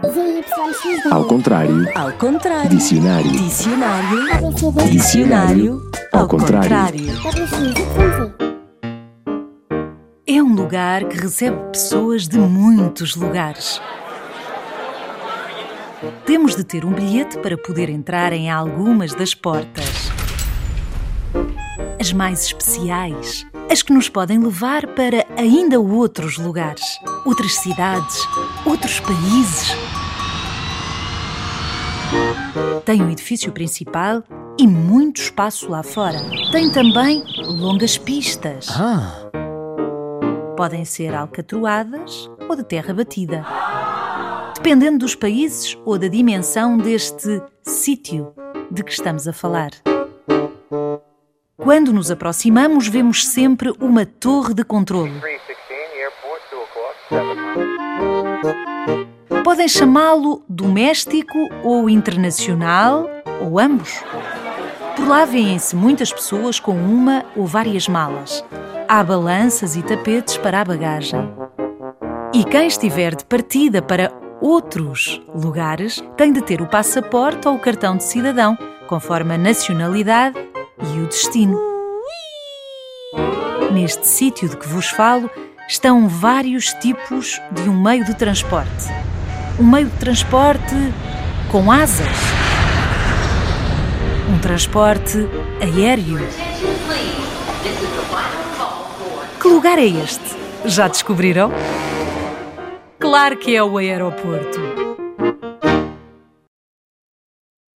Ao contrário. Ao contrário. Dicionário. Dicionário. Dicionário. Ao contrário. É um lugar que recebe pessoas de muitos lugares. Temos de ter um bilhete para poder entrar em algumas das portas. As mais especiais, as que nos podem levar para ainda outros lugares, outras cidades, outros países. Tem um edifício principal e muito espaço lá fora. Tem também longas pistas. Podem ser alcatroadas ou de terra batida, dependendo dos países ou da dimensão deste sítio de que estamos a falar. Quando nos aproximamos, vemos sempre uma torre de controlo. Podem chamá-lo doméstico ou internacional, ou ambos. Por lá vêem-se muitas pessoas com uma ou várias malas. Há balanças e tapetes para a bagagem. E quem estiver de partida para outros lugares tem de ter o passaporte ou o cartão de cidadão, conforme a nacionalidade e o destino. Neste sítio de que vos falo, estão vários tipos de um meio de transporte. Um meio de transporte com asas. Um transporte aéreo. Que lugar é este? Já descobriram? Claro que é o aeroporto.